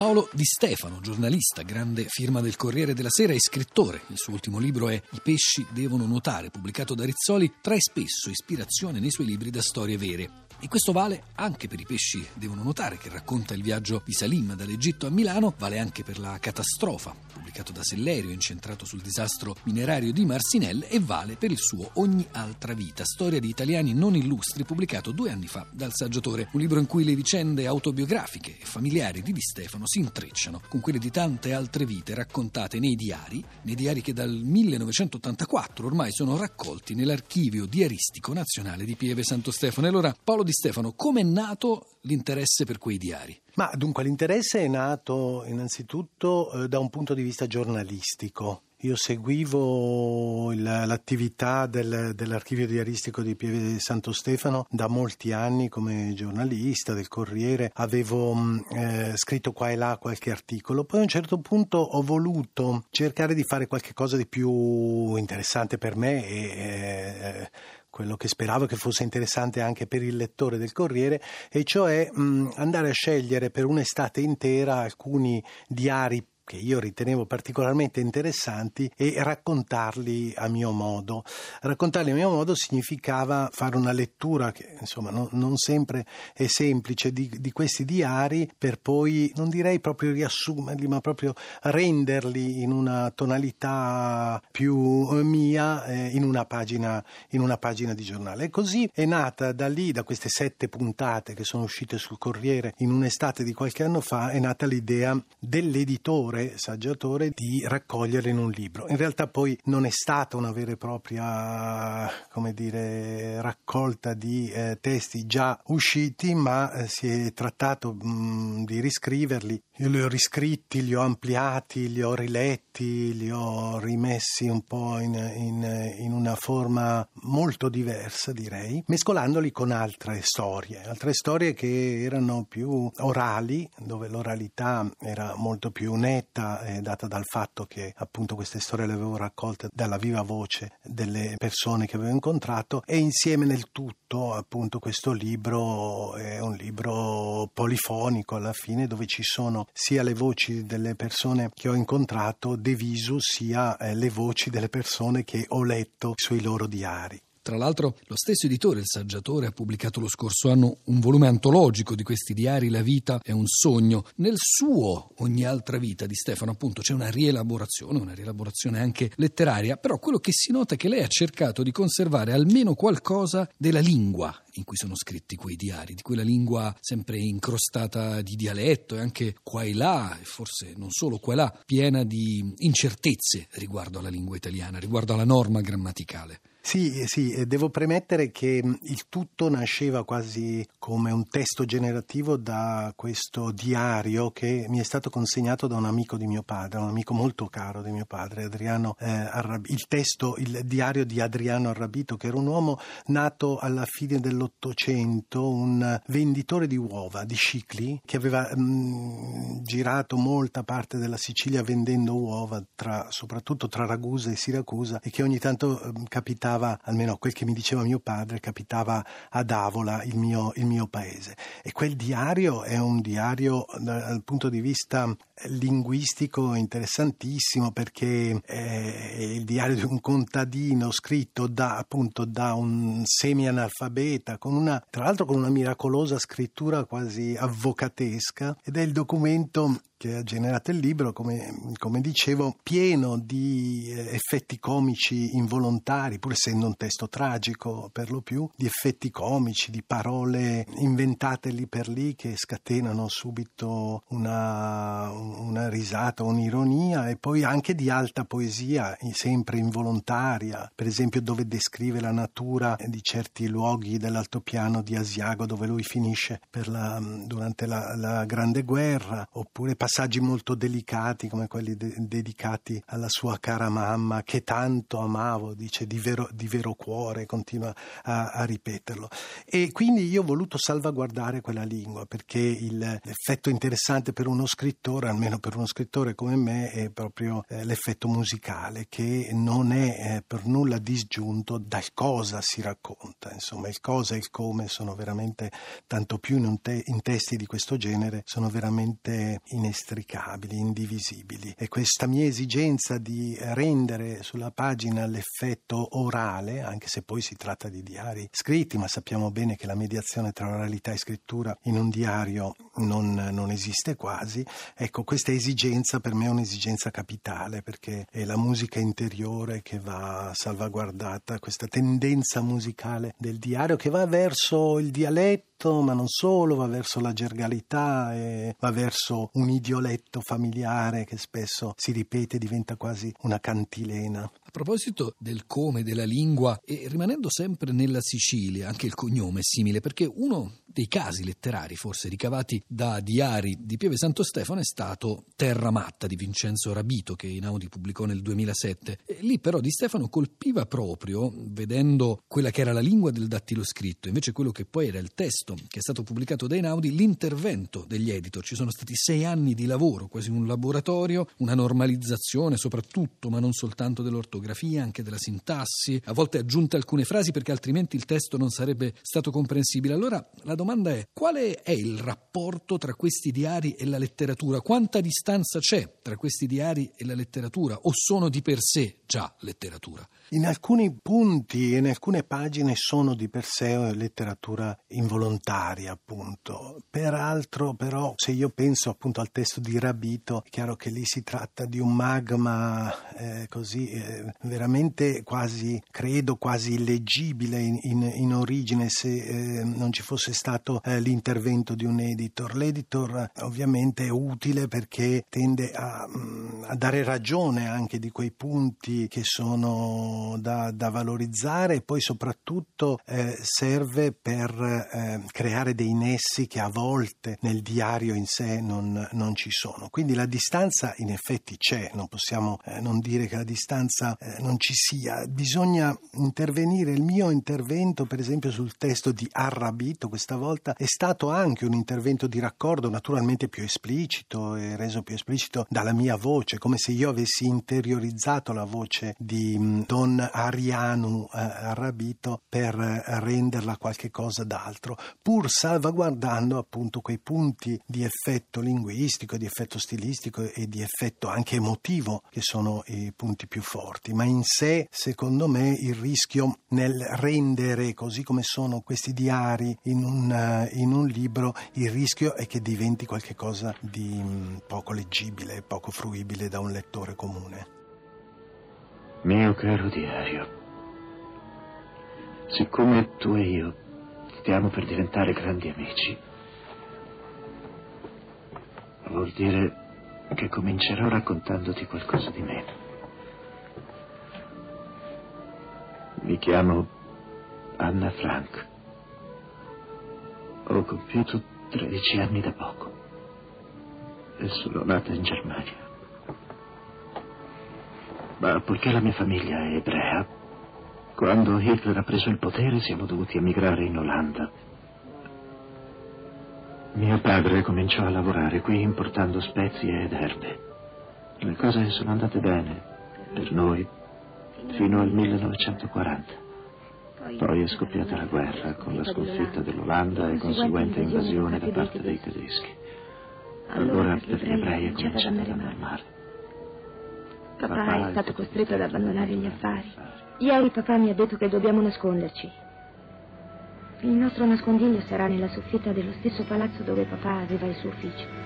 Paolo Di Stefano, giornalista, grande firma del Corriere della Sera e scrittore. Il suo ultimo libro è I pesci devono nuotare, pubblicato da Rizzoli, trae spesso ispirazione nei suoi libri da storie vere. E questo vale anche per I pesci devono nuotare, che racconta il viaggio di Salim dall'Egitto a Milano, vale anche per La catastrofa, pubblicato da Sellerio, incentrato sul disastro minerario di Marcinelle, e vale per il suo Ogni altra vita, storia di italiani non illustri, pubblicato 2 anni fa dal Saggiatore, un libro in cui le vicende autobiografiche e familiari di Di Stefano si intrecciano con quelle di tante altre vite raccontate nei diari che dal 1984 ormai sono raccolti nell'archivio diaristico nazionale di Pieve Santo Stefano. E allora, Paolo Di Stefano, come è nato l'interesse per quei diari? Ma dunque l'interesse è nato innanzitutto da un punto di vista giornalistico. Io seguivo l'attività dell'archivio diaristico di Pieve Santo Stefano da molti anni come giornalista del Corriere. Avevo scritto qua e là qualche articolo. Poi a un certo punto ho voluto cercare di fare qualche cosa di più interessante per me e quello che speravo che fosse interessante anche per il lettore del Corriere, e cioè andare a scegliere per un'estate intera alcuni diari che io ritenevo particolarmente interessanti e raccontarli a mio modo. Raccontarli a mio modo significava fare una lettura che insomma non sempre è semplice di questi diari, per poi non direi proprio riassumerli, ma proprio renderli in una tonalità più mia in una pagina di giornale. E così è nata da queste 7 puntate che sono uscite sul Corriere in un'estate di qualche anno fa, è nata l'idea dell'editore Saggiatore di raccoglierle in un libro. In realtà poi non è stata una vera e propria, raccolta di testi già usciti, ma si è trattato di riscriverli. Io li ho riscritti, li ho ampliati, li ho riletti, li ho rimessi un po' in una forma molto diversa, direi, mescolandoli con altre storie che erano più orali, dove l'oralità era molto più netta, data dal fatto che appunto queste storie le avevo raccolte dalla viva voce delle persone che avevo incontrato, e insieme nel tutto appunto questo libro è un libro polifonico alla fine, dove ci sono sia le voci delle persone che ho incontrato de visu, sia le voci delle persone che ho letto sui loro diari. Tra l'altro lo stesso editore, il Saggiatore, ha pubblicato lo scorso anno un volume antologico di questi diari, La vita è un sogno. Nel suo Ogni altra vita di Stefano appunto c'è una rielaborazione anche letteraria, però quello che si nota è che lei ha cercato di conservare almeno qualcosa della lingua in cui sono scritti quei diari, di quella lingua sempre incrostata di dialetto e anche qua e là, e forse non solo qua e là, piena di incertezze riguardo alla lingua italiana, riguardo alla norma grammaticale. Sì, devo premettere che il tutto nasceva quasi come un testo generativo da questo diario che mi è stato consegnato da un amico di mio padre, un amico molto caro di mio padre, Adriano Arrabito. Il diario di Adriano Arrabito, che era un uomo nato alla fine dell'Ottocento, un venditore di uova, di cicli, che aveva girato molta parte della Sicilia vendendo uova, soprattutto tra Ragusa e Siracusa, e che ogni tanto capitava, almeno quel che mi diceva mio padre, capitava ad Avola, il mio paese. E quel diario è un diario dal punto di vista linguistico interessantissimo, perché è il diario di un contadino scritto da un semi-analfabeta, tra l'altro con una miracolosa scrittura quasi avvocatesca, ed è il documento che ha generato il libro, come dicevo, pieno di effetti comici involontari, pur essendo un testo tragico per lo più, di effetti comici, di parole inventate lì per lì che scatenano subito una risata, un'ironia, e poi anche di alta poesia, sempre involontaria, per esempio dove descrive la natura di certi luoghi dell'altopiano di Asiago dove lui finisce durante la Grande Guerra, oppure passaggi molto delicati come quelli dedicati alla sua cara mamma, che tanto amavo, dice, di vero cuore, continua a ripeterlo. E quindi io ho voluto salvaguardare quella lingua, perché l'effetto interessante per uno scrittore, almeno per uno scrittore come me, è proprio l'effetto musicale, che non è per nulla disgiunto dal cosa si racconta. Insomma, il cosa e il come sono veramente, tanto più in testi di questo genere, sono veramente inestimabili. inestricabili, indivisibili, e questa mia esigenza di rendere sulla pagina l'effetto orale, anche se poi si tratta di diari scritti, ma sappiamo bene che la mediazione tra oralità e scrittura in un diario non esiste quasi, ecco, questa esigenza per me è un'esigenza capitale, perché è la musica interiore che va salvaguardata, questa tendenza musicale del diario che va verso il dialetto, ma non solo, va verso la gergalità e va verso un idioletto familiare che spesso si ripete e diventa quasi una cantilena. A proposito del come, della lingua, e rimanendo sempre nella Sicilia, anche il cognome è simile, perché uno dei casi letterari forse ricavati da diari di Pieve Santo Stefano è stato Terra Matta di Vincenzo Rabito, che Einaudi pubblicò nel 2007. E lì però Di Stefano colpiva proprio, vedendo quella che era la lingua del dattiloscritto, invece quello che poi era il testo che è stato pubblicato da Einaudi, l'intervento degli editor. Ci sono stati 6 anni di lavoro, quasi un laboratorio, una normalizzazione soprattutto, ma non soltanto dell'ortografia, anche della sintassi, a volte aggiunte alcune frasi perché altrimenti il testo non sarebbe stato comprensibile. Allora la domanda è: quale è il rapporto tra questi diari e la letteratura? Quanta distanza c'è tra questi diari e la letteratura? O sono di per sé già letteratura? In alcuni punti e in alcune pagine sono di per sé letteratura involontaria, appunto. Peraltro, però, se io penso appunto al testo di Rabito, è chiaro che lì si tratta di un magma veramente quasi illeggibile in origine, se non ci fosse stato l'intervento di un editor. L'editor ovviamente è utile perché tende a dare ragione anche di quei punti che sono da valorizzare, e poi soprattutto serve per creare dei nessi che a volte nel diario in sé non ci sono. Quindi la distanza in effetti c'è, non possiamo non dire che la distanza non ci sia. Bisogna intervenire. Il mio intervento, per esempio, sul testo di Rabito questa volta è stato anche un intervento di raccordo, naturalmente più esplicito e reso più esplicito dalla mia voce, come se io avessi interiorizzato la voce di Don Arianu Rabito per renderla qualche cosa d'altro, pur salvaguardando appunto quei punti di effetto linguistico, di effetto stilistico e di effetto anche emotivo che sono i punti più forti. Ma in sé, secondo me, il rischio nel rendere così come sono questi diari in un libro, il rischio è che diventi qualche cosa di poco leggibile, poco fruibile da un lettore comune. Mio caro diario, siccome tu e io stiamo per diventare grandi amici, vuol dire che comincerò raccontandoti qualcosa di me. Mi chiamo Anna Frank. Ho compiuto 13 anni da poco e sono nata in Germania. Ma poiché la mia famiglia è ebrea, quando Hitler ha preso il potere siamo dovuti emigrare in Olanda. Mio padre cominciò a lavorare qui importando spezie ed erbe. Le cose sono andate bene per noi fino al 1940. Poi è scoppiata la guerra con la sconfitta dell'Olanda e conseguente invasione da parte dei tedeschi. Allora per gli ebrei è cominciato ad andare male. Papà è stato costretto ad abbandonare gli affari. Ieri papà mi ha detto che dobbiamo nasconderci. Il nostro nascondiglio sarà nella soffitta dello stesso palazzo dove papà aveva il suo ufficio.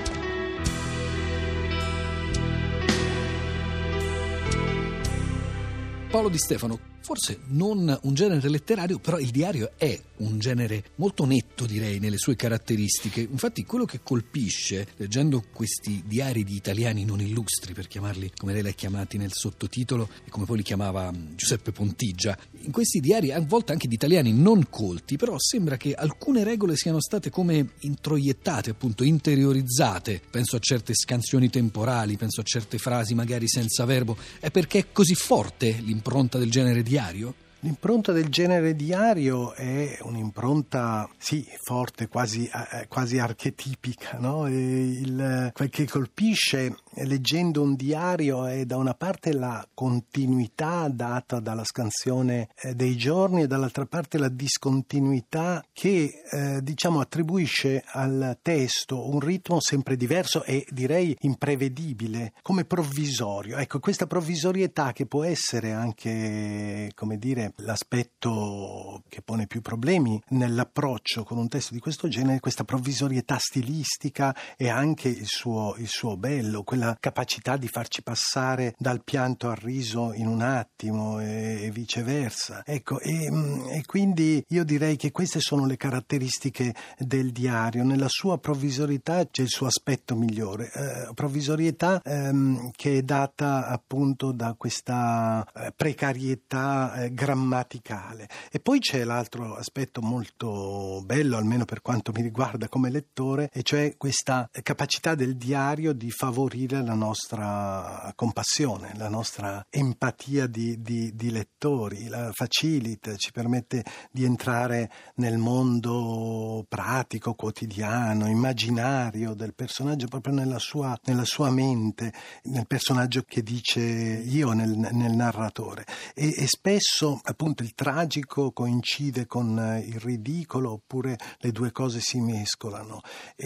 Paolo Di Stefano, forse non un genere letterario, però il diario è un genere molto netto, direi, nelle sue caratteristiche. Infatti quello che colpisce, leggendo questi diari di italiani non illustri, per chiamarli come lei li ha chiamati nel sottotitolo e come poi li chiamava Giuseppe Pontigia, in questi diari a volte anche di italiani non colti, però sembra che alcune regole siano state come introiettate, appunto interiorizzate. Penso a certe scansioni temporali, penso a certe frasi magari senza verbo. È perché è così forte l'impronta del genere diario? L'impronta del genere diario è un'impronta, sì, forte, quasi archetipica, no? Quel che colpisce leggendo un diario è da una parte la continuità data dalla scansione dei giorni e dall'altra parte la discontinuità che attribuisce al testo un ritmo sempre diverso e direi imprevedibile, come provvisorio. Ecco, questa provvisorietà che può essere anche, l'aspetto che pone più problemi nell'approccio con un testo di questo genere, questa provvisorietà stilistica e anche il suo bello, quella capacità di farci passare dal pianto al riso in un attimo e viceversa. Ecco, e quindi io direi che queste sono le caratteristiche del diario. Nella sua provvisorietà c'è il suo aspetto migliore, provvisorietà che è data appunto da questa precarietà grammaticale. E poi c'è l'altro aspetto molto bello, almeno per quanto mi riguarda come lettore, e cioè questa capacità del diario di favorire la nostra compassione, la nostra empatia di lettori, la facilita, ci permette di entrare nel mondo pratico, quotidiano, immaginario del personaggio, proprio nella sua mente, nel personaggio che dice io, nel narratore. E spesso appunto il tragico coincide con il ridicolo, oppure le due cose si mescolano,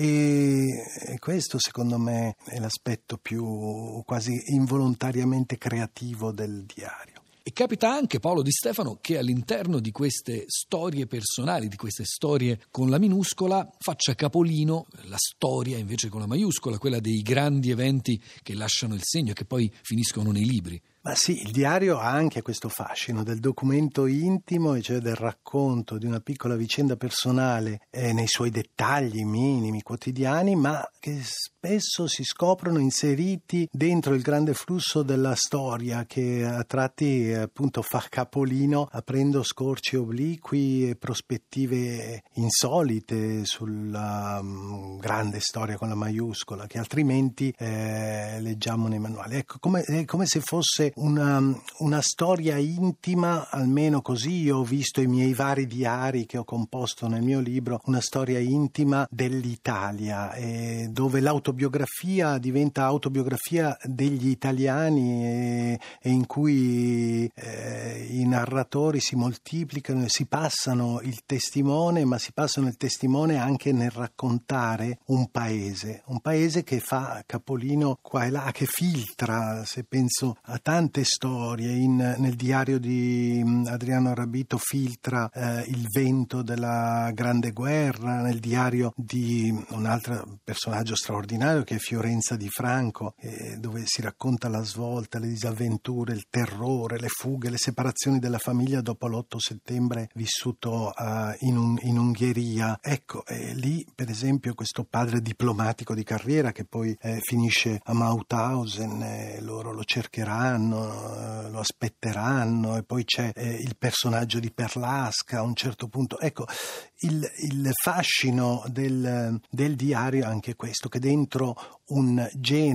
e questo secondo me è l'aspetto più quasi involontariamente creativo del diario. E capita anche, Paolo Di Stefano, che all'interno di queste storie personali, di queste storie con la minuscola, faccia capolino la storia invece con la maiuscola, quella dei grandi eventi che lasciano il segno e che poi finiscono nei libri. Ma sì, il diario ha anche questo fascino del documento intimo, e cioè del racconto di una piccola vicenda personale nei suoi dettagli minimi, quotidiani, ma che spesso si scoprono inseriti dentro il grande flusso della storia, che a tratti appunto fa capolino, aprendo scorci obliqui e prospettive insolite sulla grande storia con la maiuscola, che altrimenti leggiamo nei manuali. Ecco, è come se fosse una storia intima, almeno così io ho visto i miei vari diari che ho composto nel mio libro, una storia intima dell'Italia, dove l'autobiografia diventa autobiografia degli italiani, e in cui i narratori si moltiplicano e si passano il testimone, ma si passano il testimone anche nel raccontare un paese che fa capolino qua e là, che filtra, se penso a tante storie, nel diario di Adriano Arrabito filtra il vento della Grande Guerra, nel diario di un altro personaggio straordinario che è Fiorenza di Franco, dove si racconta la svolta, le disavventure, il terrore, le fughe, le separazioni della famiglia dopo l'8 settembre vissuto in Ungheria. Ecco, lì per esempio questo padre diplomatico di carriera che poi finisce a Mauthausen, loro lo cercheranno, lo aspetteranno, e poi c'è il personaggio di Perlasca a un certo punto. Ecco, il fascino del diario è anche questo, che dentro un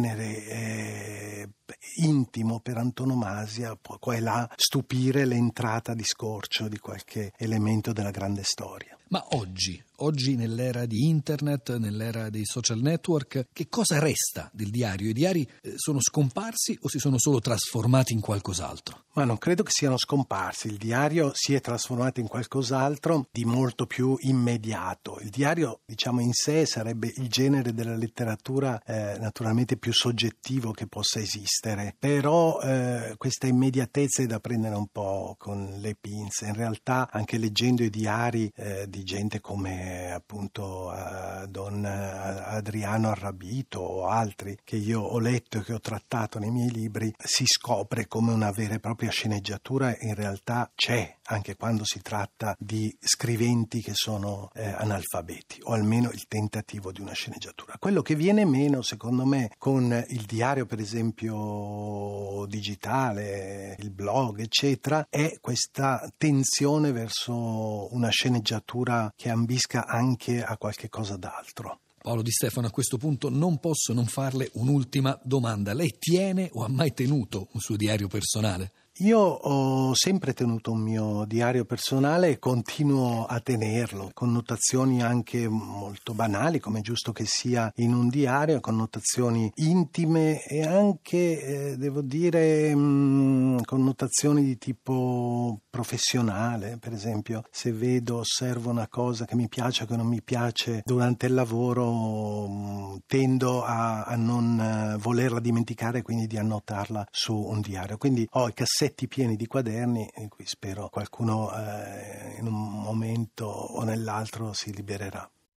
genere intimo per antonomasia può qua e là stupire l'entrata di scorcio di qualche elemento della grande storia. Ma oggi nell'era di internet, nell'era dei social network, che cosa resta del diario? I diari sono scomparsi o si sono solo trasformati in qualcos'altro? Ma non credo che siano scomparsi. Il diario si è trasformato in qualcos'altro di molto più immediato. Il diario, in sé sarebbe il genere della letteratura naturalmente più soggettivo che possa esistere, però questa immediatezza è da prendere un po' con le pinze. In realtà, anche leggendo i diari di gente come appunto Don Adriano Arrabito o altri che io ho letto e che ho trattato nei miei libri, si scopre come una vera e propria sceneggiatura in realtà c'è, anche quando si tratta di scriventi che sono analfabeti, o almeno il tentativo di una sceneggiatura. Quello che viene meno, secondo me, con il diario per esempio digitale, il blog eccetera, è questa tensione verso una sceneggiatura che ambisca anche a qualche cosa d'altro. Paolo Di Stefano, a questo punto non posso non farle un'ultima domanda. Lei tiene o ha mai tenuto un suo diario personale? Io ho sempre tenuto un mio diario personale e continuo a tenerlo, con notazioni anche molto banali, come è giusto che sia in un diario, con notazioni intime e anche, devo dire, con notazioni di tipo professionale. Per esempio, se osservo una cosa che mi piace o che non mi piace durante il lavoro, tendo a non volerla dimenticare, quindi di annotarla su un diario. Quindi ho i cassetti pieni di quaderni in cui spero qualcuno in un momento o nell'altro si libererà.